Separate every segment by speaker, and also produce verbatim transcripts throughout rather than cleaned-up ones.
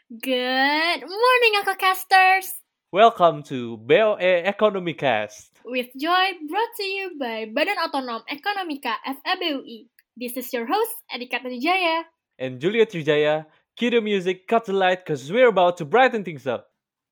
Speaker 1: Good morning, Casters!
Speaker 2: Welcome to B O E Economy Cast.
Speaker 1: With joy brought to you by Badan Otonom Ekonomika F E B U I. This is your host, Adhika Trijaya.
Speaker 2: And Julia Trijaya, cue the music, cut the light, cause we're about to brighten things up.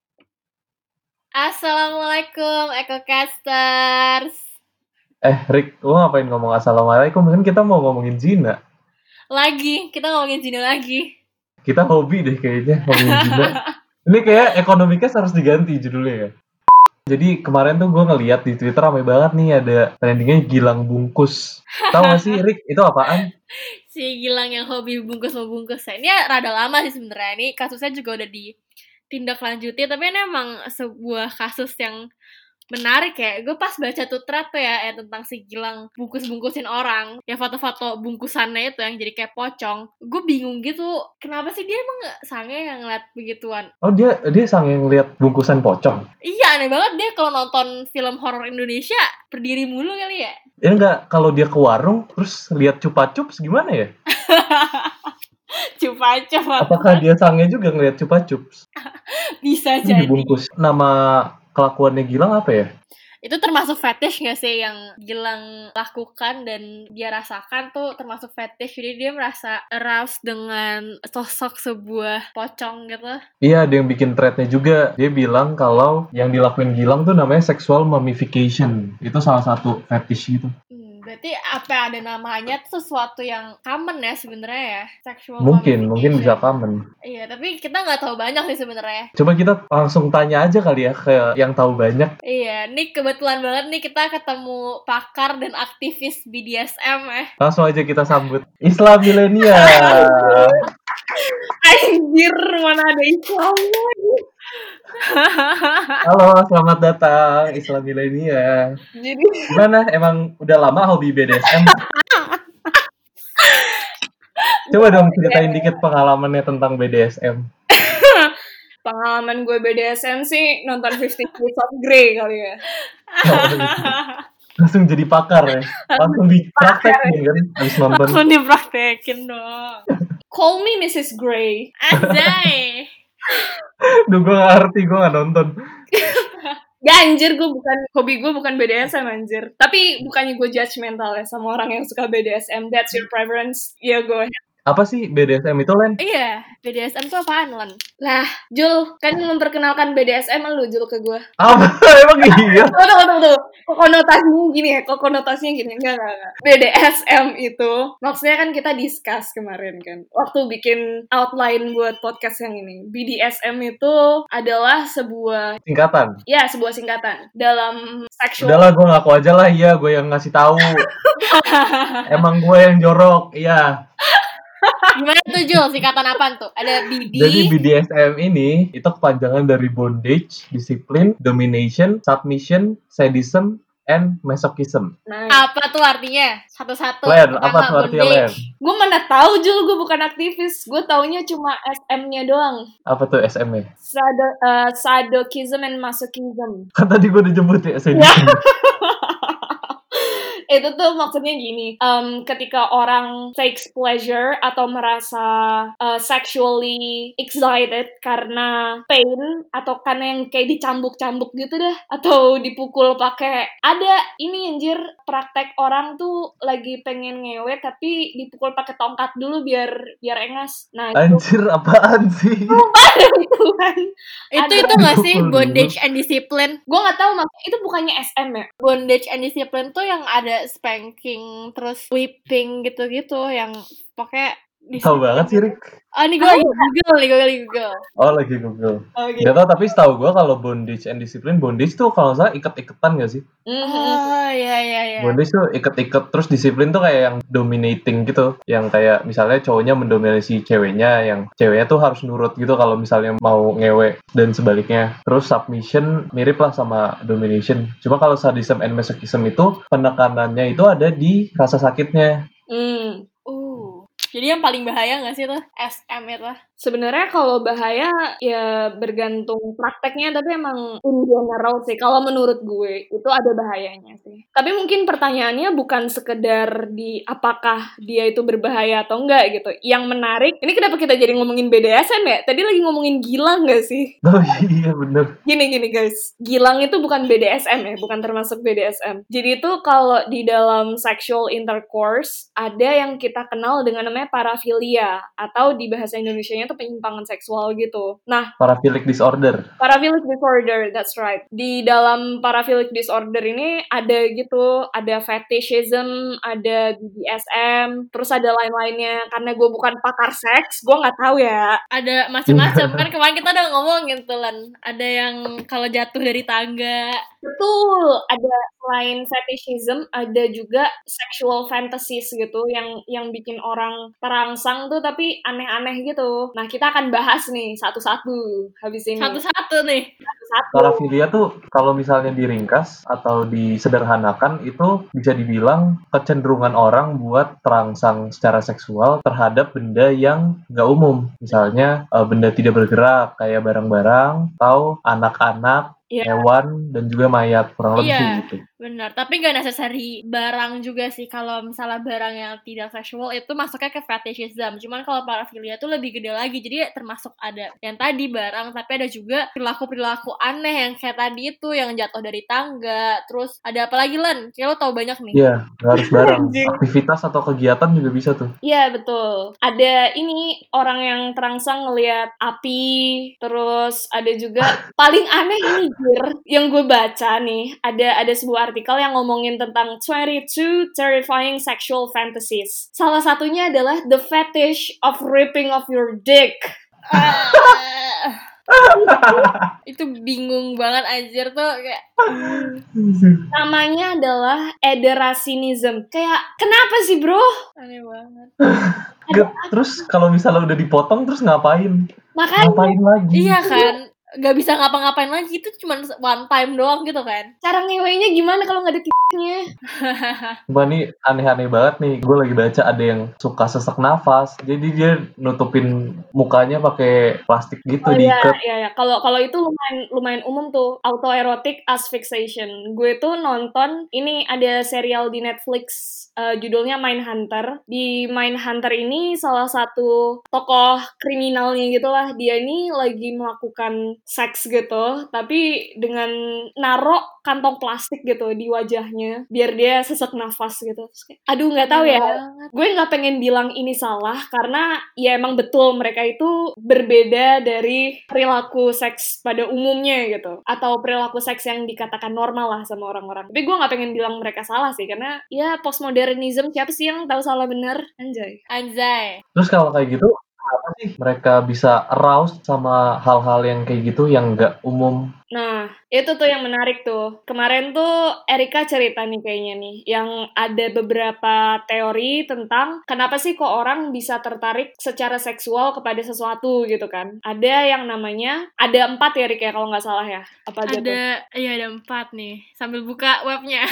Speaker 1: Assalamualaikum, Casters.
Speaker 3: Eh, Rick, lu ngapain ngomong assalamualaikum? Kan kita mau ngomongin zina.
Speaker 1: Lagi, kita ngomongin zina lagi.
Speaker 3: Kita hobi deh kayaknya ngomongin zina. Ini kayak ekonomiknya harus diganti judulnya ya. Jadi kemarin tuh gue ngeliat di Twitter ramai banget nih ada trendingnya Gilang bungkus. Tahu gak sih Rick, itu apaan?
Speaker 1: Si Gilang yang hobi bungkus-membungkus. Ini rada lama sih sebenarnya. Ini kasusnya juga udah ditindaklanjuti, tapi ini emang sebuah kasus yang menarik ya. Gue pas baca tuh thread tuh ya, ya tentang si Gilang bungkus-bungkusin orang, ya foto-foto bungkusannya itu yang jadi kayak pocong. Gue bingung gitu, kenapa sih dia emang gak sange yang ngeliat begituan?
Speaker 3: Oh dia dia sange ngeliat bungkusan pocong?
Speaker 1: Iya, aneh banget dia kalau nonton film horor Indonesia berdiri mulu kali ya.
Speaker 3: Ya enggak, kalau dia ke warung terus lihat cupa-cups gimana ya?
Speaker 1: Cupa-cups.
Speaker 3: Apakah dia sange juga ngeliat cupa-cups?
Speaker 1: Bisa
Speaker 3: Ini
Speaker 1: jadi.
Speaker 3: dibungkus. Nama kelakuannya Gilang apa ya?
Speaker 1: Itu termasuk fetish gak sih yang Gilang lakukan dan dia rasakan tuh termasuk fetish. Jadi dia merasa aroused dengan sosok sebuah pocong gitu.
Speaker 3: Iya, ada yang bikin threadnya juga. Dia bilang kalau yang dilakuin Gilang tuh namanya sexual mummification. Itu salah satu fetish gitu.
Speaker 1: Hmm, berarti apa yang ada namanya tuh sesuatu yang common ya sebenarnya ya. Sexual
Speaker 3: Mungkin, mungkin
Speaker 1: mummification.
Speaker 3: bisa common.
Speaker 1: Iya, tapi kita nggak tahu banyak sih sebenarnya.
Speaker 3: Coba kita langsung tanya aja kali ya ke yang tahu banyak.
Speaker 1: Iya, nih kebetulan banget nih kita ketemu pakar dan aktivis B D S M ya.
Speaker 3: Langsung aja kita sambut Islam milenial.
Speaker 1: Anjir, mana ada Islamnya lagi.
Speaker 3: Halo, selamat datang Islam milenial.
Speaker 1: Jadi
Speaker 3: Gimana? Emang udah lama hobi B D S M? Coba dong ceritain dikit pengalamannya tentang B D S M.
Speaker 4: Pengalaman gue B D S M sih nonton Fifty Shades of Grey kali ya.
Speaker 3: Langsung jadi pakar ya. Langsung dipraktekin kan habis nonton.
Speaker 1: langsung dipraktekin dong.
Speaker 4: Call me Missus Grey.
Speaker 1: Anjay.
Speaker 3: Duh, gue gak ngerti, gue gak nonton.
Speaker 4: Ya anjir, gue bukan, hobi gue bukan B D S M anjir. Tapi bukannya gue judgmental ya sama orang yang suka B D S M. That's your preference. Ya gue.
Speaker 3: Apa sih B D S M itu, Len?
Speaker 1: Iya, B D S M tuh apaan, Lan?
Speaker 4: Lah, Jul, kan memperkenalkan B D S M lu Jul ke gue.
Speaker 3: Apa? Emang iya?
Speaker 4: Tunggu, tunggu, tunggu, tunggu. Kok konotasinya gini ya? Kok konotasinya gini? Enggak, enggak, enggak. B D S M itu, maksudnya kan kita discuss kemarin kan. Waktu bikin outline buat podcast yang ini. B D S M itu adalah sebuah,
Speaker 3: Singkatan.
Speaker 4: ya sebuah singkatan. Dalam sexual...
Speaker 3: Udahlah, gue ngaku aja lah, iya gue yang ngasih tahu. Emang gue yang jorok, iya.
Speaker 1: Gimana tuh, Jul? Singkatan apaan tuh? Ada B D?
Speaker 3: Jadi B D S M ini itu kepanjangan dari bondage, discipline, domination, submission, sadism, and masochism.
Speaker 4: Nah,
Speaker 1: Apa tuh artinya? Satu-satu.
Speaker 3: Len,
Speaker 1: Pertama,
Speaker 3: apa tuh artinya, Len?
Speaker 1: bondage.
Speaker 4: gue mana tahu Jul, gue bukan aktivis. Gue taunya cuma S M-nya doang.
Speaker 3: Apa tuh S M-nya?
Speaker 4: Sado, uh, sadokism and masochism.
Speaker 3: Kan tadi gue udah jemput ya, sadism.
Speaker 4: Itu tuh maksudnya gini, um, ketika orang takes pleasure atau merasa uh, sexually excited karena pain atau karena yang kayak dicambuk-cambuk gitu dah, atau dipukul pakai, ada ini anjir praktek orang tuh lagi pengen ngewe tapi dipukul pakai tongkat dulu biar biar engas. Nah itu
Speaker 3: Anjir, apaan sih?
Speaker 4: itu kan.
Speaker 1: Itu
Speaker 4: Ada.
Speaker 1: itu nggak sih
Speaker 3: Dulu.
Speaker 1: bondage and discipline?
Speaker 4: Gue nggak tahu mak itu bukannya S M ya?
Speaker 1: Bondage and discipline tuh yang ada spanking terus whipping gitu-gitu yang pakai
Speaker 3: Tahu banget sih, Rick.
Speaker 1: Ah, ini gue lagi Google nih, gue lagi Google.
Speaker 3: Oh, lagi Google.
Speaker 4: Oh, gitu.
Speaker 3: Gak tau, tapi setahu gue kalau bondage and discipline, bondage tuh kalau nggak salah iket-iketan gak sih?
Speaker 4: Mhm.
Speaker 1: Oh, iya iya iya.
Speaker 3: Bondage tuh iket-iket, terus disiplin tuh kayak yang dominating gitu. Yang kayak misalnya cowoknya mendominasi ceweknya, yang ceweknya tuh harus nurut gitu kalau misalnya mau ngewe, dan sebaliknya. Terus submission mirip lah sama domination. Cuma kalau sadism and masochism itu penekanannya itu ada di rasa sakitnya.
Speaker 4: Hmm.
Speaker 1: Uh. Jadi yang paling bahaya nggak sih tuh S M itu?
Speaker 4: Sebenarnya kalau bahaya ya bergantung prakteknya, tapi emang in general sih kalau menurut gue itu ada bahayanya sih. Tapi mungkin pertanyaannya bukan sekedar di apakah dia itu berbahaya atau enggak gitu. Yang menarik, ini kenapa kita jadi ngomongin B D S M ya? Tadi lagi ngomongin gilang gak sih?
Speaker 3: Oh iya bener.
Speaker 4: Gini-gini guys, gilang itu bukan B D S M ya, bukan termasuk B D S M. Jadi itu kalau di dalam sexual intercourse, ada yang kita kenal dengan namanya parafilia, atau di bahasa Indonesianya itu penyimpangan seksual gitu. Nah,
Speaker 3: Paraphilic disorder.
Speaker 4: paraphilic disorder, that's right. Di dalam paraphilic disorder ini ada gitu, ada fetishism, ada B D S M, terus ada lain-lainnya. Karena gue bukan pakar seks, gue nggak tahu ya.
Speaker 1: Ada macam-macam kan, kemarin kita udah ngomongin tuh Lan. Ada yang kalau jatuh dari tangga.
Speaker 4: Betul, ada selain fetishism, ada juga sexual fantasies gitu yang yang bikin orang terangsang tuh tapi aneh-aneh gitu. Nah, kita akan bahas nih satu-satu habis ini.
Speaker 1: Satu-satu nih.
Speaker 4: Satu-satu.
Speaker 3: Parafilia tuh kalau misalnya diringkas atau disederhanakan itu bisa dibilang kecenderungan orang buat terangsang secara seksual terhadap benda yang nggak umum. Misalnya eh, benda tidak bergerak kayak barang-barang atau anak-anak,
Speaker 4: Iya.
Speaker 3: hewan, dan juga mayat, kurang lebih
Speaker 1: Iya.
Speaker 3: gitu.
Speaker 1: Benar, tapi nggak necessary barang juga sih. Kalau misalnya barang yang tidak sexual itu masuknya ke fetishism. Cuman kalau parafilia itu lebih gede lagi. Jadi termasuk ada yang tadi barang, tapi ada juga perilaku-perilaku aneh yang kayak tadi itu, yang jatuh dari tangga. Terus ada apa lagi Lan? Kayak lo tau banyak nih.
Speaker 3: Iya, nggak harus barang.
Speaker 4: Anjing.
Speaker 3: Aktivitas atau kegiatan juga bisa tuh.
Speaker 4: Iya, betul. Ada ini orang yang terangsang ngelihat api, terus ada juga paling aneh ini Jir, yang gue baca nih, ada ada sebuah artikel yang ngomongin tentang twenty-two terrifying sexual fantasies. Salah satunya adalah the fetish of ripping off your dick.
Speaker 1: Ah, itu bingung banget anjir tuh kayak
Speaker 4: Namanya adalah ederasinism. Kayak kenapa sih bro?
Speaker 1: aneh banget.
Speaker 3: Nggak, terus kalau misalnya udah dipotong terus ngapain?
Speaker 4: Makanya
Speaker 3: Ngapain lagi?
Speaker 1: Iya kan, nggak bisa ngapa-ngapain lagi, itu cuma one time doang gitu kan.
Speaker 4: cara ngewenya gimana kalau nggak ada titiknya?
Speaker 3: Mbak nih aneh-aneh banget nih. Gue lagi baca ada yang suka sesak nafas. Jadi dia nutupin mukanya pakai plastik gitu
Speaker 4: Oh iya,
Speaker 3: diikat.
Speaker 4: iya, iya. Kalau kalau itu lumayan lumayan umum tuh, autoerotic asphyxiation. Gue tuh nonton ini ada serial di Netflix uh, judulnya Mindhunter. Di Mindhunter ini salah satu tokoh kriminalnya gitulah. Dia ini lagi melakukan seks gitu, tapi dengan narok kantong plastik gitu di wajahnya biar dia sesak nafas gitu. Terus kayak, aduh nggak tahu ya.
Speaker 1: Banget.
Speaker 4: Gue nggak pengen bilang ini salah karena ya emang betul mereka itu berbeda dari perilaku seks pada umumnya gitu, atau perilaku seks yang dikatakan normal lah sama orang-orang. Tapi gue nggak pengen bilang mereka salah sih karena ya postmodernism, siapa sih yang tahu salah benar? Anjay.
Speaker 1: Anjay.
Speaker 3: Terus kalau kayak gitu, kenapa sih mereka bisa aroused sama hal-hal yang kayak gitu yang nggak umum?
Speaker 4: Nah, itu tuh yang menarik tuh. Kemarin tuh Erika cerita nih kayaknya nih, yang ada beberapa teori tentang kenapa sih kok orang bisa tertarik secara seksual kepada sesuatu gitu kan. Ada yang namanya, ada empat ya Erika kalau nggak salah ya. Apa aja tuh?
Speaker 1: Ada, iya ada empat nih. Sambil buka webnya.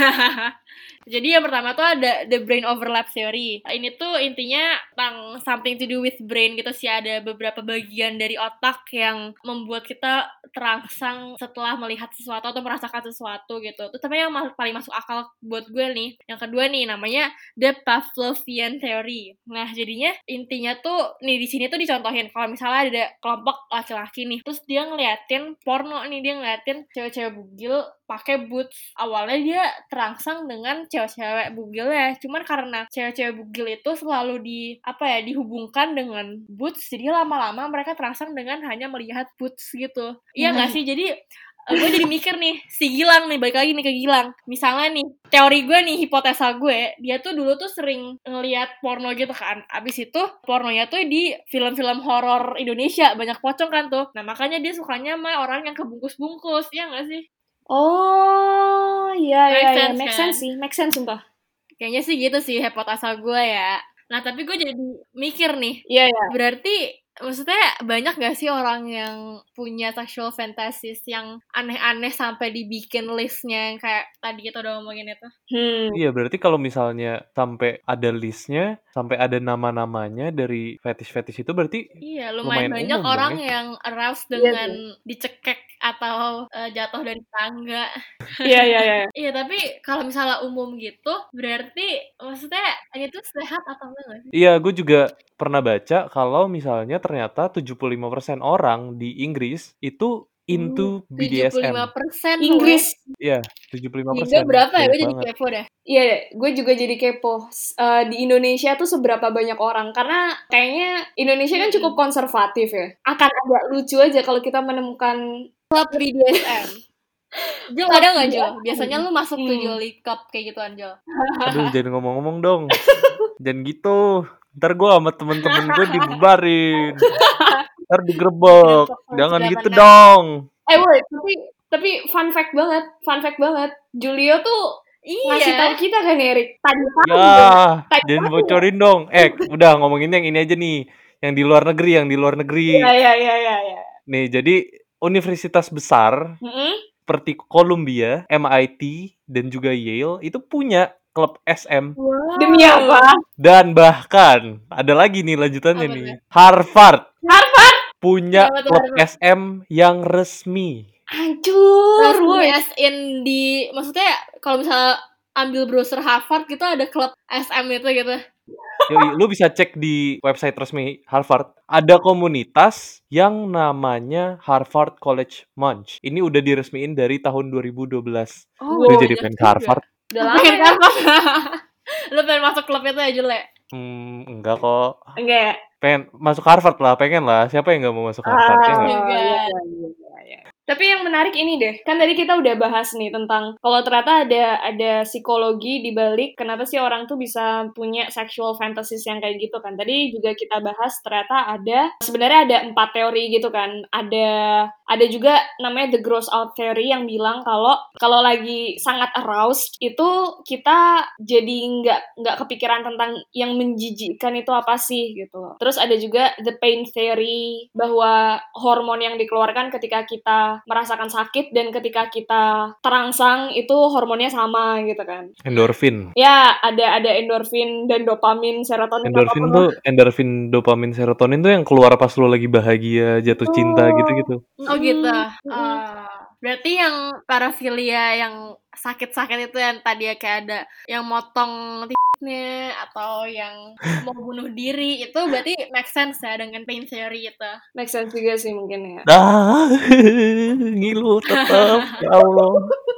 Speaker 1: Jadi yang pertama tuh ada the brain overlap theory. Ini tuh intinya tentang something to do with brain gitu sih. Ada beberapa bagian dari otak yang membuat kita terangsang setelah melihat sesuatu atau merasakan sesuatu gitu. Terus tapi yang paling masuk akal buat gue nih, yang kedua nih namanya the Pavlovian theory. Nah jadinya intinya tuh nih di sini tuh dicontohin kalau misalnya ada kelompok laki-laki nih, terus dia ngeliatin porno nih, dia ngeliatin cewek-cewek bugil pakai boots. Awalnya dia terangsang dengan cewek-cewek bugil ya, cuman karena cewek-cewek bugil itu selalu di apa ya dihubungkan dengan boots, jadi lama-lama mereka terangsang dengan hanya melihat boots gitu. Iya nggak sih? Jadi uh, gue jadi mikir nih, si Gilang nih, balik lagi nih ke Gilang. Misalnya nih, teori gue nih, hipotesa gue, dia tuh dulu tuh sering ngeliat porno gitu kan. Abis itu pornonya tuh di film-film horor Indonesia, banyak pocong kan tuh. Nah makanya dia sukanya sama orang yang kebungkus-bungkus, iya nggak sih?
Speaker 4: Oh, iya,
Speaker 1: Make
Speaker 4: iya, iya.
Speaker 1: sense,
Speaker 4: Make
Speaker 1: kan?
Speaker 4: sense sih, make sense sumpah.
Speaker 1: Kayaknya sih gitu sih hipotesa gue ya. Nah tapi gue jadi mikir nih,
Speaker 4: Iya, iya.
Speaker 1: berarti maksudnya banyak gak sih orang yang punya sexual fantasies yang aneh-aneh sampai dibikin listnya yang kayak tadi kita udah ngomongin itu?
Speaker 4: Hmm.
Speaker 2: Iya, berarti kalau misalnya sampai ada listnya, sampai ada nama-namanya dari fetish-fetish itu berarti
Speaker 1: Iya, lumayan
Speaker 2: lumayan
Speaker 1: banyak
Speaker 2: umum
Speaker 1: orang
Speaker 2: dong ya.
Speaker 1: yang aroused
Speaker 4: Iya
Speaker 1: dengan dicekek atau uh, jatuh dari tangga.
Speaker 4: Iya, iya, iya.
Speaker 1: Iya, tapi kalau misalnya umum gitu, berarti maksudnya itu sehat atau enggak nggak sih?
Speaker 2: Iya, gue juga pernah baca kalau misalnya ternyata tujuh puluh lima persen orang di Inggris itu into B D
Speaker 1: tujuh
Speaker 2: S
Speaker 1: puluh lima
Speaker 2: M.
Speaker 1: persen
Speaker 4: Inggris.
Speaker 2: Iya, tujuh puluh lima
Speaker 1: Indo
Speaker 2: persen.
Speaker 1: berapa ya?
Speaker 2: Banyak
Speaker 1: Gue jadi
Speaker 2: banget.
Speaker 1: kepo dah.
Speaker 4: Iya, gue juga jadi kepo. S- eh, di Indonesia tuh seberapa banyak orang? Karena kayaknya Indonesia kan cukup konservatif ya. Akan agak lucu aja kalau kita menemukan
Speaker 1: Klub B D S M. Jul,
Speaker 4: Klub
Speaker 1: ada nggak
Speaker 4: B D S M.
Speaker 1: Jul? Biasanya lu masuk tuh
Speaker 4: Hmm.
Speaker 1: Jul di klub kayak gituan Jul.
Speaker 2: Aduh, jangan ngomong-ngomong dong. Jangan gitu. Ntar gue sama temen-temen gue dibubarin. Ntar digerebek. Jangan
Speaker 1: Sudah
Speaker 2: gitu
Speaker 1: pernah.
Speaker 2: dong.
Speaker 4: Eh, wait, tapi tapi fun fact banget, fun fact banget. Julio tuh ngasih tahu
Speaker 1: Iya.
Speaker 4: kita kan, Erik. Tadi pagi.
Speaker 2: Ya,
Speaker 4: Tadi
Speaker 2: jangan
Speaker 4: pagi.
Speaker 2: bocorin dong. Eh, udah ngomongin yang ini aja nih. Yang di luar negeri, yang di luar negeri.
Speaker 4: Iya, iya, iya, iya, iya.
Speaker 2: Nih, jadi universitas besar
Speaker 4: Mm-mm.
Speaker 2: seperti Columbia, M I T, dan juga Yale itu punya klub S M.
Speaker 1: Wow.
Speaker 4: Demi apa?
Speaker 2: Dan bahkan ada lagi nih lanjutannya
Speaker 1: Apa
Speaker 2: nih.
Speaker 1: tuh?
Speaker 4: Harvard.
Speaker 2: Harvard punya
Speaker 1: Kenapa tuh
Speaker 2: klub
Speaker 1: Harvard?
Speaker 2: S M yang resmi.
Speaker 4: Hancur,
Speaker 1: Resmi
Speaker 4: woi.
Speaker 1: as in di, maksudnya kalau misalnya ambil browser Harvard gitu ada klub S M itu gitu.
Speaker 2: Yoi, lu bisa cek di website resmi Harvard. Ada komunitas yang namanya Harvard College Munch. Ini udah diresmiin dari tahun dua ribu dua belas.
Speaker 4: Oh,
Speaker 2: Lu
Speaker 1: Wow,
Speaker 2: jadi
Speaker 1: banyak
Speaker 2: pengen ke
Speaker 1: juga.
Speaker 2: Harvard?
Speaker 4: udah lama
Speaker 1: Pengen
Speaker 4: ya.
Speaker 1: Harvard. Lu pengen masuk klub itu ya Jul ya?
Speaker 2: Hmm, enggak kok.
Speaker 4: Enggak ya?
Speaker 2: Pengen masuk Harvard lah, pengen lah. Siapa yang nggak mau masuk Harvard? Ya nggak?
Speaker 1: Juga.
Speaker 4: iya, iya, iya, iya. Tapi yang menarik ini deh, kan tadi kita udah bahas nih tentang kalau ternyata ada ada psikologi di balik kenapa sih orang tuh bisa punya sexual fantasies yang kayak gitu kan. Tadi juga kita bahas ternyata ada sebenarnya ada empat teori gitu kan. Ada ada juga namanya the gross out theory yang bilang kalau kalau lagi sangat aroused itu kita jadi nggak nggak kepikiran tentang yang menjijikkan itu apa sih gitu. Terus ada juga the pain theory bahwa hormon yang dikeluarkan ketika kita merasakan sakit dan ketika kita terangsang itu hormonnya sama gitu kan.
Speaker 2: Endorfin.
Speaker 4: Ya, ada ada endorfin dan dopamin, serotonin
Speaker 2: Endorfin
Speaker 4: apapun.
Speaker 2: tuh, endorfin, dopamin, serotonin tuh yang keluar pas lu lagi bahagia, jatuh cinta
Speaker 4: Oh.
Speaker 2: gitu-gitu.
Speaker 1: Oh gitu.
Speaker 4: Mm-mm.
Speaker 1: Ah, berarti yang parafilia yang sakit-sakit itu yang tadi ya kayak ada yang motong titiknya atau yang mau bunuh diri itu berarti make sense ya dengan pain theory itu.
Speaker 4: Make sense juga sih mungkin ya.
Speaker 2: Dah, ngilu tetep, ya Allah.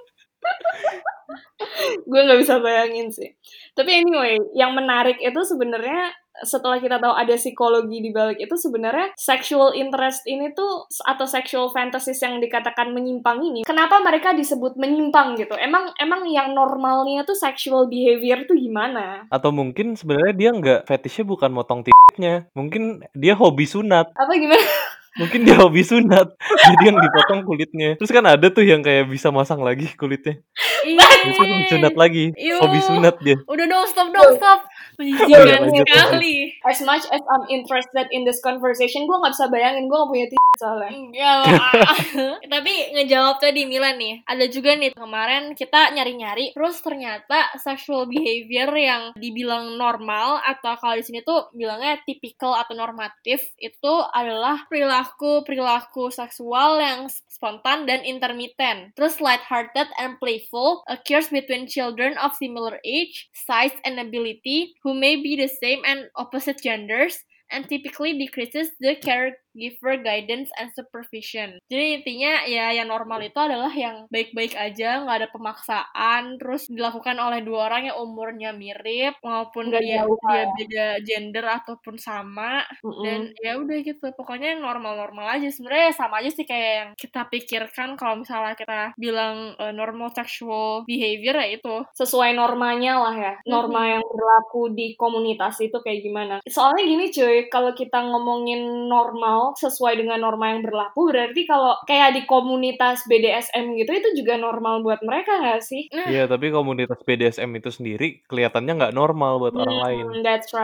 Speaker 4: Gue nggak bisa bayangin sih. Tapi anyway, yang menarik itu sebenarnya setelah kita tahu ada psikologi di balik itu sebenarnya sexual interest ini tuh atau sexual fantasies yang dikatakan menyimpang ini, kenapa mereka disebut menyimpang gitu? Emang emang yang normalnya tuh sexual behavior tuh gimana?
Speaker 2: Atau mungkin sebenarnya dia nggak fetishnya bukan motong titiknya, mungkin dia hobi sunat.
Speaker 4: Apa gimana?
Speaker 2: Mungkin dia hobi sunat, jadi yang dipotong kulitnya. Terus kan ada tuh yang kayak bisa masang lagi kulitnya. Terus kan sunat lagi,
Speaker 1: Iu.
Speaker 2: hobi sunat dia.
Speaker 1: Udah dong, stop dong, stop.
Speaker 2: Udah,
Speaker 1: Menjijikan
Speaker 2: lanjut,
Speaker 1: sekali.
Speaker 4: As much as I'm interested in this conversation, gue nggak bisa bayangin gue nggak punya titik soalnya.
Speaker 1: Enggak lah. Tapi ngejawab tadi Milan nih. Ada juga nih kemarin kita nyari-nyari, terus ternyata sexual behavior yang dibilang normal atau kalau di sini tuh bilangnya typical atau normatif itu adalah perilaku perilaku seksual yang spontan dan intermittent. Terus lighthearted and playful occurs between children of similar age, size, and ability who may be the same and opposite genders, and typically decreases the caregiver guidance and supervision. Jadi intinya ya yang normal itu adalah yang baik-baik aja, nggak ada pemaksaan, terus dilakukan oleh dua orang yang umurnya mirip, maupun
Speaker 4: Nggak
Speaker 1: dia
Speaker 4: jauh,
Speaker 1: dia
Speaker 4: ya.
Speaker 1: beda gender ataupun sama,
Speaker 4: Mm-mm.
Speaker 1: dan ya udah gitu. Pokoknya yang normal-normal aja. Sebenarnya sama aja sih kayak yang kita pikirkan kalau misalnya kita bilang uh, normal sexual behavior ya itu.
Speaker 4: Sesuai normanya lah ya, norma
Speaker 1: Mhm.
Speaker 4: yang berlaku di komunitas itu kayak gimana. Soalnya gini cuy, kalau kita ngomongin normal sesuai dengan norma yang berlaku, berarti kalau kayak di komunitas B D S M gitu, itu juga normal buat mereka nggak sih?
Speaker 1: Nah,
Speaker 2: Iya, tapi komunitas B D S M itu sendiri kelihatannya nggak normal buat orang lain.
Speaker 4: Hmm, that's right.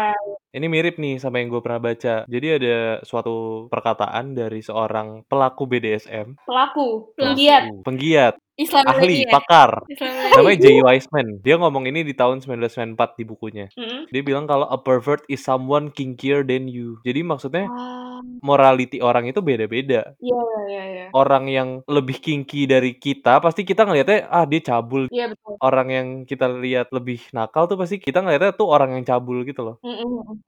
Speaker 2: Ini mirip nih sama yang gue pernah baca. Jadi ada suatu perkataan dari seorang pelaku B D S M.
Speaker 4: Pelaku,
Speaker 1: Pelaku.
Speaker 4: penggiat.
Speaker 2: Pelaku, penggiat,
Speaker 1: Islam
Speaker 2: ahli,
Speaker 1: ya.
Speaker 2: pakar.
Speaker 1: Islam
Speaker 2: Namanya Jay Wiseman. Dia ngomong ini di tahun sembilan belas sembilan puluh empat di bukunya.
Speaker 4: Mm-mm.
Speaker 2: Dia bilang kalau a pervert is someone kinkier than you. Jadi maksudnya
Speaker 4: Ah,
Speaker 2: morality orang itu beda-beda.
Speaker 4: iya iya iya.
Speaker 2: Orang yang lebih kinky dari kita pasti kita ngelihatnya ah dia cabul.
Speaker 4: Iya betul.
Speaker 2: Orang yang kita lihat lebih nakal tuh pasti kita ngelihatnya tuh orang yang cabul gitu loh.
Speaker 4: Mm-mm.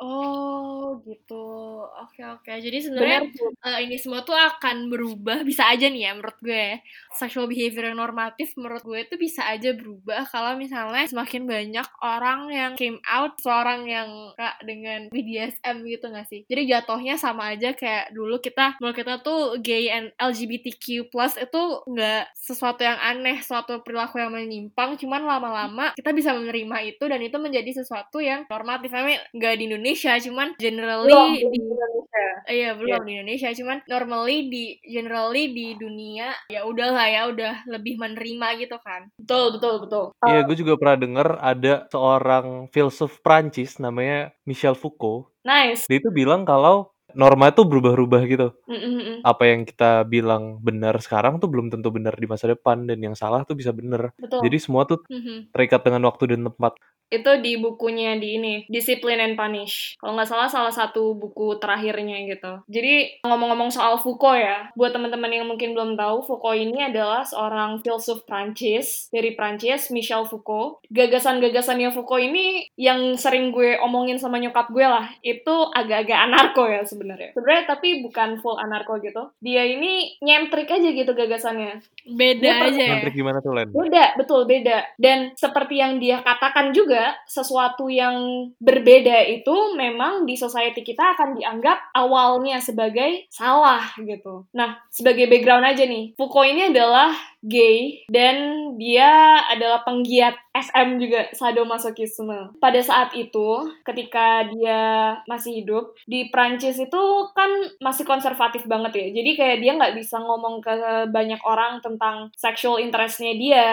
Speaker 1: Oh gitu. Oke oke. Jadi sebenarnya
Speaker 4: Benar tuh.
Speaker 1: eh, ini semua tuh akan berubah, bisa aja nih ya menurut gue. Sexual behavior yang normatif menurut gue itu bisa aja berubah kalau misalnya semakin banyak orang yang came out, seorang yang suka dengan B D S M gitu gak sih? Jadi jatuhnya sama aja kayak dulu kita, menurut kita tuh gay and L G B T Q plus itu nggak sesuatu yang aneh, suatu perilaku yang menyimpang, cuman lama-lama kita bisa menerima itu dan itu menjadi sesuatu yang normatif. I mean, nggak di Indonesia, cuman generally
Speaker 4: Belum
Speaker 1: di
Speaker 4: di Indonesia.
Speaker 1: Eh, Iya belum di Indonesia, cuman normally di generally di dunia ya udahlah ya udah lebih menerima gitu kan.
Speaker 4: Betul betul betul.
Speaker 2: Iya, gue juga pernah dengar ada seorang filsuf Prancis namanya Michel Foucault.
Speaker 4: Nice.
Speaker 2: Dia itu bilang kalau norma itu berubah-ubah gitu.
Speaker 4: Mm-mm-mm.
Speaker 2: Apa yang kita bilang benar sekarang tuh belum tentu benar di masa depan dan yang salah tuh bisa benar.
Speaker 4: Betul.
Speaker 2: Jadi semua tuh
Speaker 1: Mhm.
Speaker 2: terikat dengan waktu dan tempat.
Speaker 4: Itu di bukunya di ini, Discipline and Punish. Kalau nggak salah, salah satu buku terakhirnya gitu. Jadi, ngomong-ngomong soal Foucault ya, buat teman-teman yang mungkin belum tahu, Foucault ini adalah seorang filsuf Prancis, dari Prancis, Michel Foucault. Gagasan-gagasannya Foucault ini, yang sering gue omongin sama nyokap gue lah, itu agak-agak anarko ya sebenarnya. Sebenarnya tapi bukan full anarko gitu. Dia ini nyentrik aja gitu gagasannya.
Speaker 1: Beda
Speaker 4: Dia per-
Speaker 1: aja ya.
Speaker 2: Nyentrik gimana tuh, Len?
Speaker 4: Beda, betul beda. Dan seperti yang dia katakan juga, sesuatu yang berbeda itu memang di society kita akan dianggap awalnya sebagai salah gitu. Nah, sebagai background aja nih, Foucault ini adalah gay dan dia adalah penggiat S M juga, sadomasochisme. Pada saat itu, ketika dia masih hidup, di Prancis itu kan masih konservatif banget ya. Jadi kayak dia nggak bisa ngomong ke banyak orang tentang sexual interest-nya dia.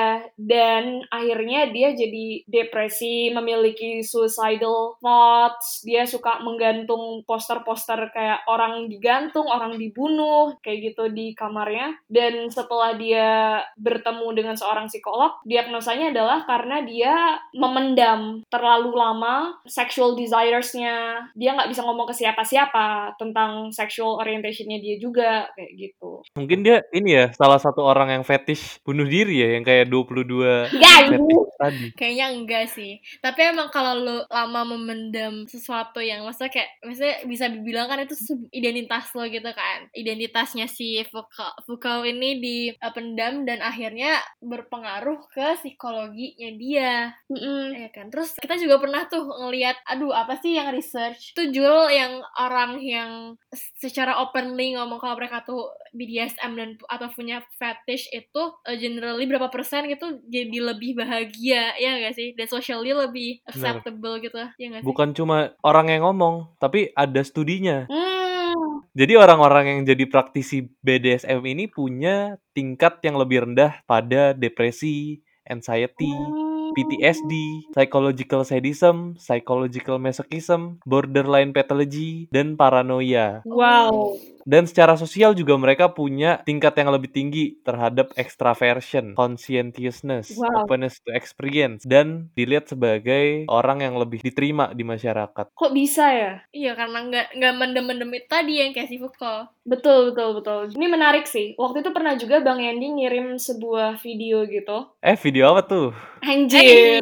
Speaker 4: Dan akhirnya dia jadi depresi, memiliki suicidal thoughts. Dia suka menggantung poster-poster kayak orang digantung, orang dibunuh, kayak gitu di kamarnya. Dan setelah dia bertemu dengan seorang psikolog, diagnosanya adalah karena dia memendam terlalu lama sexual desires-nya. Dia nggak bisa ngomong ke siapa-siapa tentang sexual orientation-nya dia juga, kayak gitu.
Speaker 2: Mungkin dia ini ya, salah satu orang yang fetish bunuh diri ya, yang kayak dua puluh dua
Speaker 4: Guys!
Speaker 2: fetish tadi.
Speaker 1: Kayaknya enggak sih. Tapi emang kalau lo lama memendam sesuatu yang maksudnya kayak maksudnya bisa dibilang kan itu se- identitas lo gitu kan. Identitasnya si Foucault, Foucault ini dipendam dan akhirnya berpengaruh ke psikologinya dia.
Speaker 4: Mm-mm.
Speaker 1: Ya kan. Terus kita juga pernah tuh ngelihat, aduh apa sih yang research tuh Jul, yang orang yang secara openly ngomong kalau mereka tuh B D S M dan atau punya fetish itu uh, generally berapa persen gitu jadi lebih bahagia ya gak sih, dan socially lebih acceptable gitu ya gak sih?
Speaker 2: Bukan cuma orang yang ngomong, tapi ada studinya.
Speaker 4: Hmm.
Speaker 2: Jadi orang-orang yang jadi praktisi B D S M ini punya tingkat yang lebih rendah pada depresi, anxiety, P T S D, psychological sadism, psychological masochism, borderline pathology, dan paranoia.
Speaker 4: Wow.
Speaker 2: Dan secara sosial juga mereka punya tingkat yang lebih tinggi terhadap extraversion, conscientiousness,
Speaker 4: Wow.
Speaker 2: openness to experience, dan dilihat sebagai orang yang lebih diterima di masyarakat.
Speaker 4: Kok bisa ya?
Speaker 1: Iya, karena nggak nggak mendem-mendem itu tadi yang kayak si Foucault.
Speaker 4: Betul, betul, betul. Ini menarik sih. Waktu itu pernah juga Bang Yandi ngirim sebuah video gitu.
Speaker 2: Eh, video apa tuh?
Speaker 4: Anjir.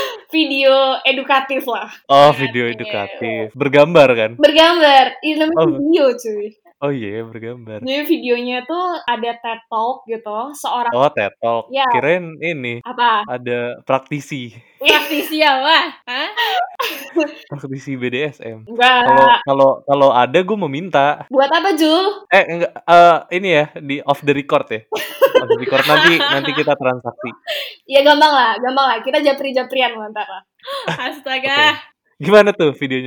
Speaker 4: Video edukatif lah.
Speaker 2: Oh, video edukatif. Bergambar kan?
Speaker 4: Bergambar. Ini namanya
Speaker 2: Oh.
Speaker 4: video cuy.
Speaker 2: Oh iya, bergambar.
Speaker 4: Jadi videonya tuh ada TED Talk gitu. Seorang...
Speaker 2: Oh, TED Talk.
Speaker 4: Ya.
Speaker 2: Kirain ini
Speaker 4: Apa?
Speaker 2: ada praktisi.
Speaker 1: Praktisi apa? Hah?
Speaker 2: Praktisi B D S M.
Speaker 4: Enggak.
Speaker 2: Kalau kalau kalau ada gue meminta.
Speaker 4: Buat apa, Jul?
Speaker 2: Eh enggak eh ini ya di off the record ya. Off the record nanti nanti kita transaksi.
Speaker 4: Ya gampang lah, gampang lah. Kita japri-japrian lah ntar lah.
Speaker 1: Astaga.
Speaker 2: Gimana tuh videonya, Ren?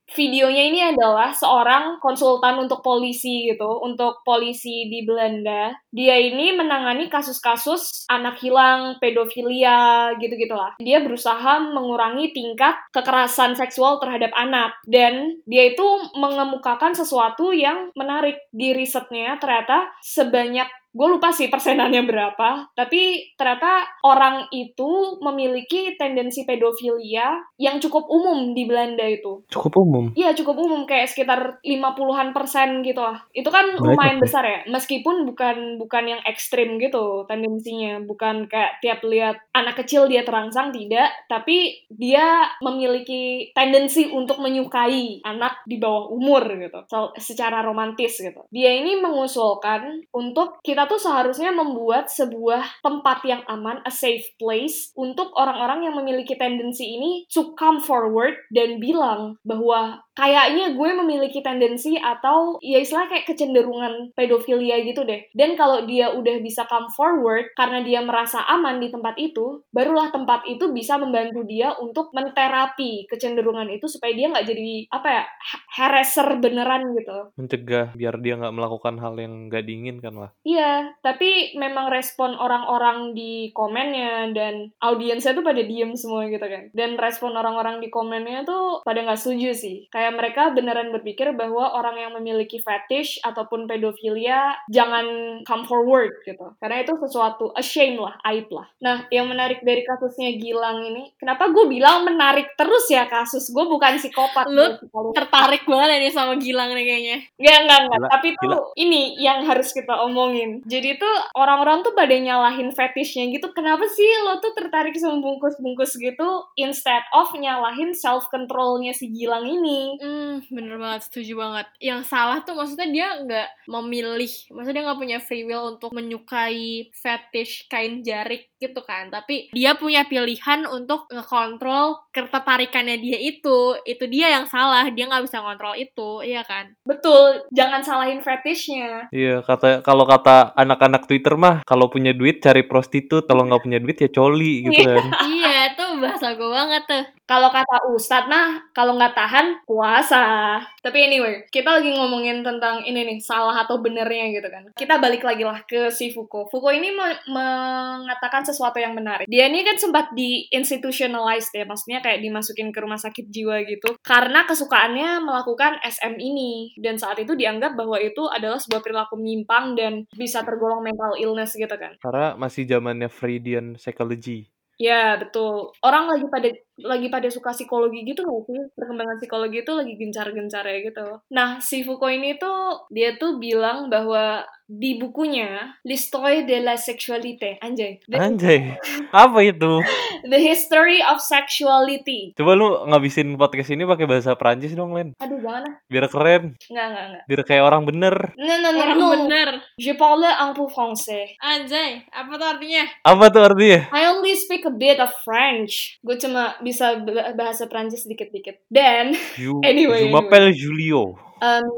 Speaker 4: videonya ini adalah seorang konsultan untuk polisi gitu, untuk polisi di Belanda. Dia ini menangani kasus-kasus anak hilang, pedofilia, gitu-gitulah. Dia berusaha mengurangi tingkat kekerasan seksual terhadap anak. Dan dia itu mengemukakan sesuatu yang menarik di risetnya. Ternyata sebanyak gue lupa sih persenannya berapa, tapi ternyata orang itu memiliki tendensi pedofilia yang cukup umum di Belanda itu.
Speaker 2: Cukup umum?
Speaker 4: Iya, cukup umum, kayak sekitar lima puluhan persen gitu lah. Itu kan
Speaker 2: Banyak
Speaker 4: lumayan
Speaker 2: ya?
Speaker 4: besar ya, meskipun bukan bukan yang ekstrim gitu tendensinya, bukan kayak tiap lihat anak kecil dia terangsang, tidak, tapi dia memiliki tendensi untuk menyukai anak di bawah umur gitu, so, secara romantis gitu. Dia ini mengusulkan untuk kita tuh seharusnya membuat sebuah tempat yang aman, a safe place, untuk orang-orang yang memiliki tendensi ini to come forward dan bilang bahwa kayaknya gue memiliki tendensi atau ya istilah kayak kecenderungan pedofilia gitu deh. Dan kalau dia udah bisa come forward karena dia merasa aman di tempat itu, barulah tempat itu bisa membantu dia untuk menterapi kecenderungan itu supaya dia nggak jadi apa ya harasser beneran gitu.
Speaker 2: Mencegah biar dia nggak melakukan hal yang nggak diinginkan lah.
Speaker 4: Iya, tapi memang respon orang-orang di komennya dan audiensnya tuh pada diem semua gitu kan. Dan respon orang-orang di komennya tuh pada nggak setuju sih. Kayak mereka beneran berpikir bahwa orang yang memiliki fetish ataupun pedofilia jangan come forward gitu. Karena itu sesuatu, a shame lah, aib lah. Nah, yang menarik dari kasusnya Gilang ini, kenapa gue bilang menarik terus ya kasus? Gue bukan psikopat.
Speaker 1: Lu tertarik banget ini sama Gilang nih kayaknya.
Speaker 4: Enggak, enggak, enggak.
Speaker 2: Gila,
Speaker 4: Tapi tuh
Speaker 2: gila.
Speaker 4: ini yang harus kita omongin. Jadi tuh orang-orang tuh pada nyalahin fetishnya gitu. Kenapa sih lo tuh tertarik sama bungkus-bungkus gitu instead of nyalahin self-controlnya si Gilang ini?
Speaker 1: Hmm, bener banget, setuju banget. Yang salah tuh maksudnya dia nggak memilih, maksudnya dia nggak punya free will untuk menyukai fetish kain jarik gitu kan. Tapi dia punya pilihan untuk ngekontrol ketertarikannya dia itu. Itu dia yang salah, dia nggak bisa ngontrol itu, iya kan?
Speaker 4: Betul, jangan salahin fetishnya.
Speaker 2: Iya, kata kalau kata anak-anak Twitter mah, kalau punya duit cari prostitut, kalau nggak punya duit ya coli gitu kan.
Speaker 1: Iya, itu bahasa gue banget tuh.
Speaker 4: Kalau kata Ustadz mah, kalau nggak tahan, puasa. Tapi anyway, kita lagi ngomongin tentang ini nih, salah atau benernya gitu kan. Kita balik lagi lah ke si Foucault. Foucault ini me- mengatakan sesuatu yang menarik. Dia ini kan sempat di-institutionalized ya, maksudnya kayak dimasukin ke rumah sakit jiwa gitu, karena kesukaannya melakukan S M ini. Dan saat itu dianggap bahwa itu adalah sebuah perilaku menyimpang dan bisa tergolong mental illness gitu kan.
Speaker 2: Karena masih zamannya Freudian psychology.
Speaker 4: Ya, betul. Orang lagi pada lagi pada suka psikologi gitu nggak sih? Perkembangan psikologi itu lagi gencar-gencarnya gitu. Nah, si Foucault ini tuh, dia tuh bilang bahwa di bukunya L'Histoire de la Sexualité, anjay. The,
Speaker 2: Anjay, apa itu?
Speaker 4: The History of Sexuality.
Speaker 2: Coba lu ngabisin podcast ini pakai bahasa Perancis dong, Len.
Speaker 4: Aduh, jangan lah.
Speaker 2: Biar keren.
Speaker 4: Nggak, nggak, nggak.
Speaker 2: Biar kayak orang bener.
Speaker 4: Non, non, non,
Speaker 1: Orang
Speaker 4: non.
Speaker 1: bener.
Speaker 4: Je parle un peu français.
Speaker 1: Anjay, apa tuh artinya?
Speaker 2: Apa tuh artinya?
Speaker 4: I only speak a bit of French. Gue cuma bisa bahasa Prancis dikit-dikit. Dan,
Speaker 2: You,
Speaker 4: anyway,
Speaker 2: you m'appelle Julio.
Speaker 4: Um,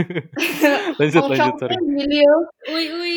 Speaker 2: lanjut, lanjut, sorry.
Speaker 4: Julio.
Speaker 1: Ui, ui.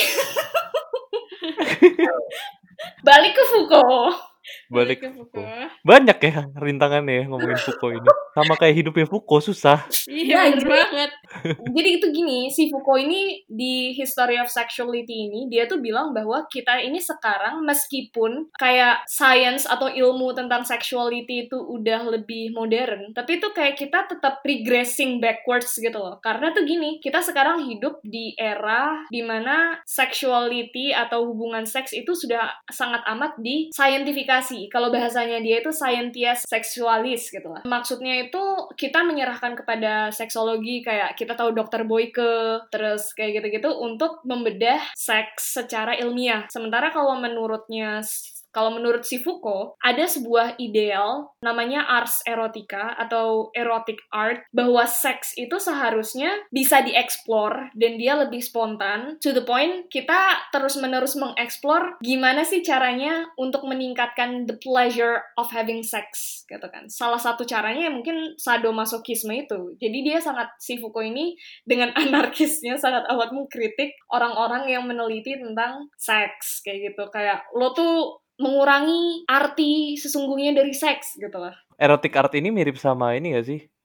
Speaker 4: Balik ke Foucault.
Speaker 2: Balik
Speaker 1: ke
Speaker 2: ke
Speaker 1: Foucault.
Speaker 2: Foucault. Banyak ya rintangannya ya ngomongin Foucault ini. Sama kayak hidupnya Foucault, susah.
Speaker 1: Iya, bener banget.
Speaker 4: Jadi itu gini, si Foucault ini di History of Sexuality ini, dia tuh bilang bahwa kita ini sekarang meskipun kayak science atau ilmu tentang sexuality itu udah lebih modern, tapi itu kayak kita tetap regressing backwards gitu loh. Karena tuh gini, kita sekarang hidup di era dimana sexuality atau hubungan seks itu sudah sangat amat di scientifikasi. Kalau bahasanya dia itu scientia sexualis gitu lah. Maksudnya itu kita menyerahkan kepada seksologi, kayak kita tahu dokter Boyke, terus kayak gitu-gitu untuk membedah seks secara ilmiah. Sementara kalau menurutnya Kalau menurut si Foucault, ada sebuah ideal namanya ars erotica atau erotic art, bahwa seks itu seharusnya bisa dieksplor dan dia lebih spontan, to the point kita terus-menerus mengeksplor gimana sih caranya untuk meningkatkan the pleasure of having sex, gitu kan. Salah satu caranya ya mungkin sadomasochisme itu. Jadi dia sangat, si Foucault ini dengan anarkisnya sangat amat mengkritik orang-orang yang meneliti tentang seks, kayak gitu. Kayak, lo tuh mengurangi arti sesungguhnya dari seks gitu lah.
Speaker 2: Erotic art ini mirip sama ini gak sih?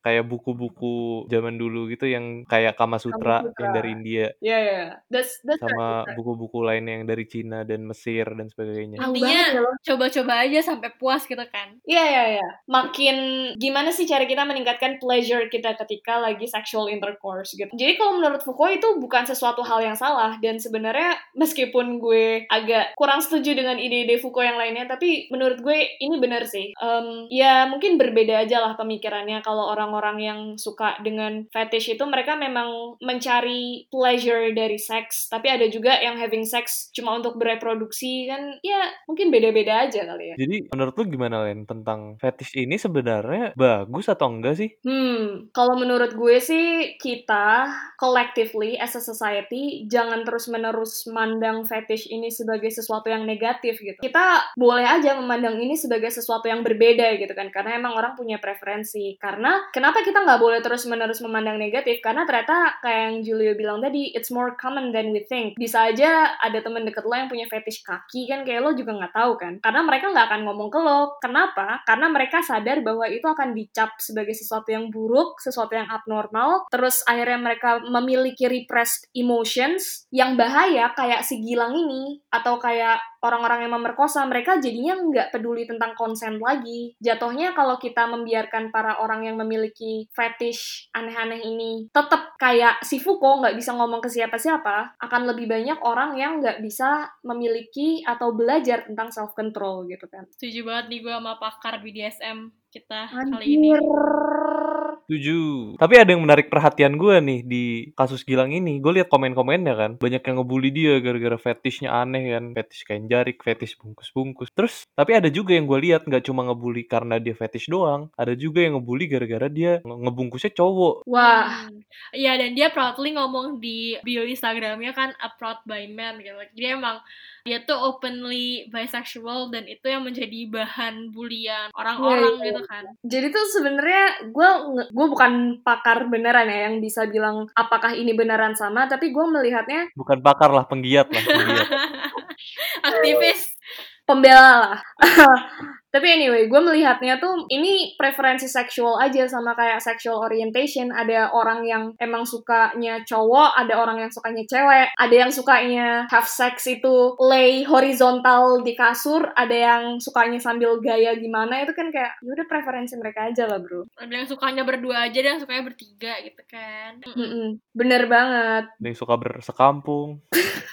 Speaker 2: kayak buku-buku zaman dulu gitu yang kayak Kama Sutra,
Speaker 4: Kama Sutra.
Speaker 2: yang dari India.
Speaker 4: Iya, yeah, yeah. That's that's
Speaker 2: Sama
Speaker 4: right.
Speaker 2: buku-buku lain yang dari Cina dan Mesir dan sebagainya.
Speaker 4: Tahu
Speaker 1: Intinya
Speaker 4: banget ya lo.
Speaker 1: coba-coba aja sampai puas gitu kan.
Speaker 4: Iya, iya, iya. Makin gimana sih cara kita meningkatkan pleasure kita ketika lagi sexual intercourse gitu. Jadi kalau menurut Foucault itu bukan sesuatu hal yang salah, dan sebenarnya meskipun gue agak kurang setuju dengan ide-ide Foucault yang lainnya, tapi menurut gue ini benar sih. Um, ya mungkin berbeda aja lah pemikirannya. Kalau orang-orang yang suka dengan fetish itu mereka memang mencari pleasure dari seks, tapi ada juga yang having sex cuma untuk bereproduksi, kan ya mungkin beda-beda aja kali ya.
Speaker 2: Jadi menurut lu gimana Len tentang fetish ini sebenarnya bagus atau enggak sih?
Speaker 4: Hmm, kalau menurut gue sih kita collectively as a society jangan terus-menerus mandang fetish ini sebagai sesuatu yang negatif gitu. Kita boleh aja memandang ini sebagai sesuatu yang berbeda gitu kan, karena emang orang punya preferensi. Karena kenapa kita nggak boleh terus-menerus memandang negatif? Karena ternyata kayak yang Julio bilang tadi, it's more common than we think. Bisa aja ada temen deket lo yang punya fetish kaki kan, kayak lo juga nggak tahu kan. Karena mereka nggak akan ngomong ke lo. Kenapa? Karena mereka sadar bahwa itu akan dicap sebagai sesuatu yang buruk, sesuatu yang abnormal, terus akhirnya mereka memiliki repressed emotions yang bahaya kayak si Gilang ini, atau kayak orang-orang yang memerkosa, mereka jadinya nggak peduli tentang konsen lagi. Jatuhnya kalau kita membiarkan para orang yang memiliki fetish aneh-aneh ini tetap kayak si Foucault nggak bisa ngomong ke siapa-siapa, akan lebih banyak orang yang nggak bisa memiliki atau belajar tentang self-control gitu kan.
Speaker 1: Setuju banget nih gue sama pakar B D S M kita kali ini.
Speaker 2: Setuju. Tapi ada yang menarik perhatian gue nih di kasus Gilang ini. Gue lihat komen-komennya kan, banyak yang ngebully dia gara-gara fetishnya aneh kan, fetish kain jarik, fetish bungkus-bungkus. Terus, tapi ada juga yang gue lihat nggak cuma ngebully karena dia fetish doang, ada juga yang ngebully gara-gara dia nge- ngebungkusnya cowok.
Speaker 4: Wah.
Speaker 1: Iya, hmm. dan dia proudly ngomong di bio Instagramnya kan, a proud by man gitu. Jadi emang dia tuh openly bisexual, dan itu yang menjadi bahan bulian orang-orang yeah, gitu kan.
Speaker 4: Jadi tuh sebenarnya gue gue bukan pakar beneran ya yang bisa bilang apakah ini beneran sama, tapi gue melihatnya
Speaker 2: bukan pakar lah, penggiat lah, penggiat.
Speaker 1: Aktivis,
Speaker 4: pembela lah. Tapi anyway, gue melihatnya tuh ini preferensi seksual aja, sama kayak sexual orientation. Ada orang yang emang sukanya cowok, ada orang yang sukanya cewek, ada yang sukanya have sex itu lay horizontal di kasur, ada yang sukanya sambil gaya gimana, itu kan kayak yaudah preferensi mereka aja lah bro.
Speaker 1: Ada yang sukanya berdua aja, ada yang sukanya bertiga gitu kan.
Speaker 4: Mm-mm. Bener banget.
Speaker 2: Ada yang suka bersekampung.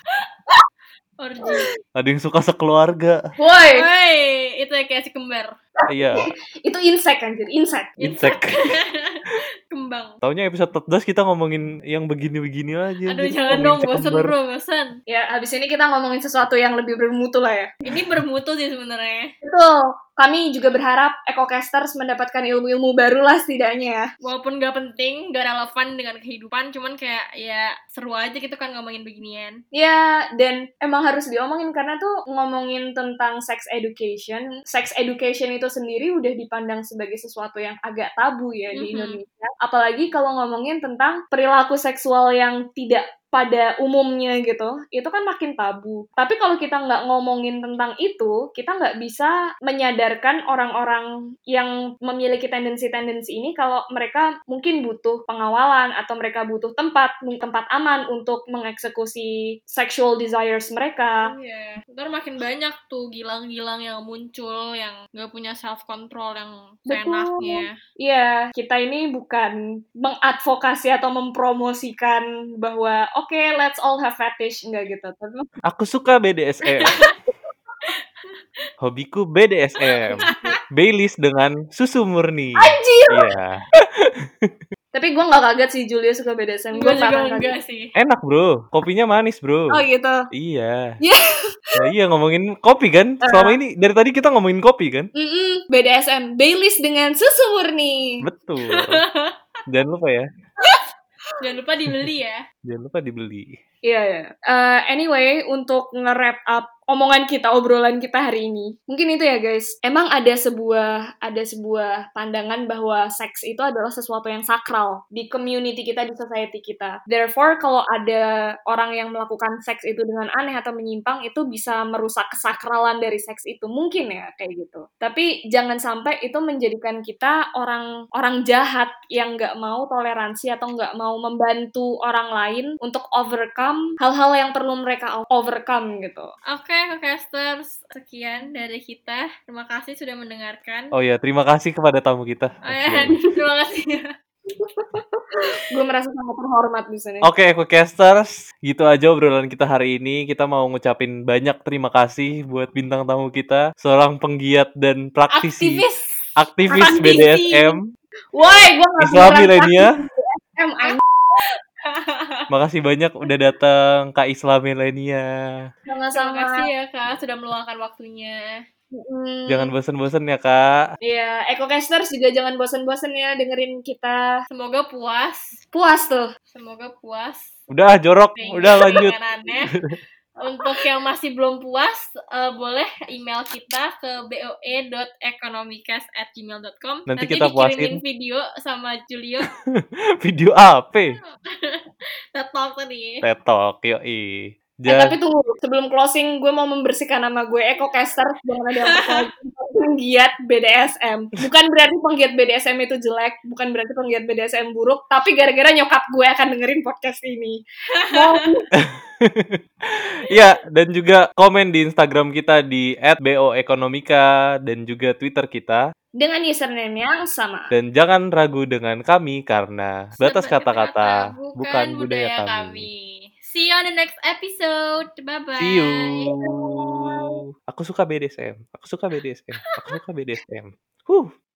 Speaker 1: Orgi.
Speaker 2: Ada yang suka sekeluarga.
Speaker 4: Woi,
Speaker 1: Woi, itu kayak si kembar.
Speaker 2: Iya.
Speaker 4: Itu insek kan, jadi insek.
Speaker 2: Insek.
Speaker 1: Kembang.
Speaker 2: Taunya episode empat belas kita ngomongin yang begini-begini aja.
Speaker 1: Aduh, jangan dong, bosan bro, bosan.
Speaker 4: Ya, habis ini kita ngomongin sesuatu yang lebih bermutu lah ya.
Speaker 1: Ini bermutu sih sebenarnya.
Speaker 4: Betul. Kami juga berharap Ecocasters mendapatkan ilmu-ilmu baru lah setidaknya ya.
Speaker 1: Walaupun gak penting, gak relevan dengan kehidupan, cuman kayak ya seru aja gitu kan ngomongin beginian.
Speaker 4: Ya, dan emang harus diomongin karena tuh ngomongin tentang sex education. Sex education itu sendiri udah dipandang sebagai sesuatu yang agak tabu ya mm-hmm. di Indonesia. Apalagi kalau ngomongin tentang perilaku seksual yang tidak pada umumnya gitu, itu kan makin tabu. Tapi kalau kita nggak ngomongin tentang itu, kita nggak bisa menyadarkan orang-orang yang memiliki tendensi-tendensi ini kalau mereka mungkin butuh pengawalan atau mereka butuh tempat, tempat aman untuk mengeksekusi sexual desires mereka.
Speaker 1: Iya, yeah. Ntar makin banyak tuh gilang-gilang yang muncul yang nggak punya self-control yang seenaknya.
Speaker 4: Iya, yeah, kita ini bukan mengadvokasi atau mempromosikan bahwa oke, okay, let's all have fetish, enggak gitu.
Speaker 2: Aku suka B D S M. Hobiku B D S M. Baileys dengan susu murni.
Speaker 4: Anjir!
Speaker 2: Iya.
Speaker 4: Tapi gue gak kaget sih Julia suka B D S M.
Speaker 1: Gue juga enggak sih.
Speaker 2: Enak bro, kopinya manis bro.
Speaker 4: Oh gitu?
Speaker 2: Iya. Yeah. Nah, iya ngomongin kopi kan. Selama ini, dari tadi kita ngomongin kopi kan.
Speaker 4: Mm-mm, B D S M, Baileys dengan susu murni.
Speaker 2: Betul. Jangan lupa ya.
Speaker 1: Jangan lupa dibeli ya.
Speaker 2: Jangan lupa dibeli.
Speaker 4: Iya, yeah, yeah. uh, Anyway, untuk nge-wrap up omongan kita, obrolan kita hari ini. Mungkin itu ya guys. Emang ada sebuah ada sebuah pandangan bahwa seks itu adalah sesuatu yang sakral di community kita, di society kita. Therefore, kalau ada orang yang melakukan seks itu dengan aneh atau menyimpang, itu bisa merusak kesakralan dari seks itu. Mungkin ya kayak gitu. Tapi jangan sampai itu menjadikan kita orang orang jahat yang nggak mau toleransi atau nggak mau membantu orang lain untuk overcome hal-hal yang perlu mereka overcome gitu.
Speaker 1: Oke, Kokasters, sekian dari kita. Terima kasih sudah mendengarkan.
Speaker 2: Oh ya, terima kasih kepada tamu kita.
Speaker 1: Oh ya, terima kasih.
Speaker 4: Gue merasa sangat terhormat di sini.
Speaker 2: Oke, Kokasters, gitu aja obrolan kita hari ini. Kita mau ngucapin banyak terima kasih buat bintang tamu kita, seorang penggiat dan praktisi
Speaker 1: Aktivis.
Speaker 2: aktivis
Speaker 1: Praktisi.
Speaker 2: B D S M,
Speaker 4: Woi, gue nggak
Speaker 2: Islam
Speaker 4: beneran
Speaker 2: milenia.
Speaker 4: praktis B D S M, anjing.
Speaker 2: Makasih banyak udah datang Kak Islam milenia.
Speaker 1: Terima
Speaker 4: Sama-sama.
Speaker 1: kasih ya Kak sudah meluangkan waktunya.
Speaker 4: Mm.
Speaker 2: Jangan bosen-bosen ya Kak.
Speaker 4: Iya, Ecocasters juga jangan bosen-bosen ya dengerin kita.
Speaker 1: Semoga puas.
Speaker 4: Puas tuh.
Speaker 1: Semoga puas.
Speaker 2: Udah jorok,
Speaker 1: Nih,
Speaker 2: udah lanjut.
Speaker 1: jangan aneh. Untuk yang masih belum puas, uh, boleh email kita ke b o e dot economicast at gmail dot com.
Speaker 2: Nanti kita
Speaker 1: dikirimin
Speaker 2: puasin.
Speaker 1: video sama Julio.
Speaker 2: Video apa?
Speaker 1: TED Talk tadi.
Speaker 2: TED Talk, yoi.
Speaker 4: Eh,
Speaker 2: Ja-
Speaker 4: tapi tunggu, sebelum closing, gue mau membersihkan nama gue, Ecocasters, jangan ada yang pakai penggiat B D S M. Bukan berarti penggiat B D S M itu jelek, bukan berarti penggiat B D S M buruk, tapi gara-gara nyokap gue akan dengerin podcast ini. Mau
Speaker 2: Ya, dan juga komen di Instagram kita di at boekonomika dan juga Twitter kita.
Speaker 4: dengan username yang sama.
Speaker 2: Dan jangan ragu dengan kami karena batas
Speaker 1: Sebagai
Speaker 2: kata-kata
Speaker 1: bukan,
Speaker 2: bukan budaya kami.
Speaker 1: See you on the next episode. Bye-bye.
Speaker 2: See you. Aku suka B D S M. Aku suka B D S M. Aku suka B D S M. Huh.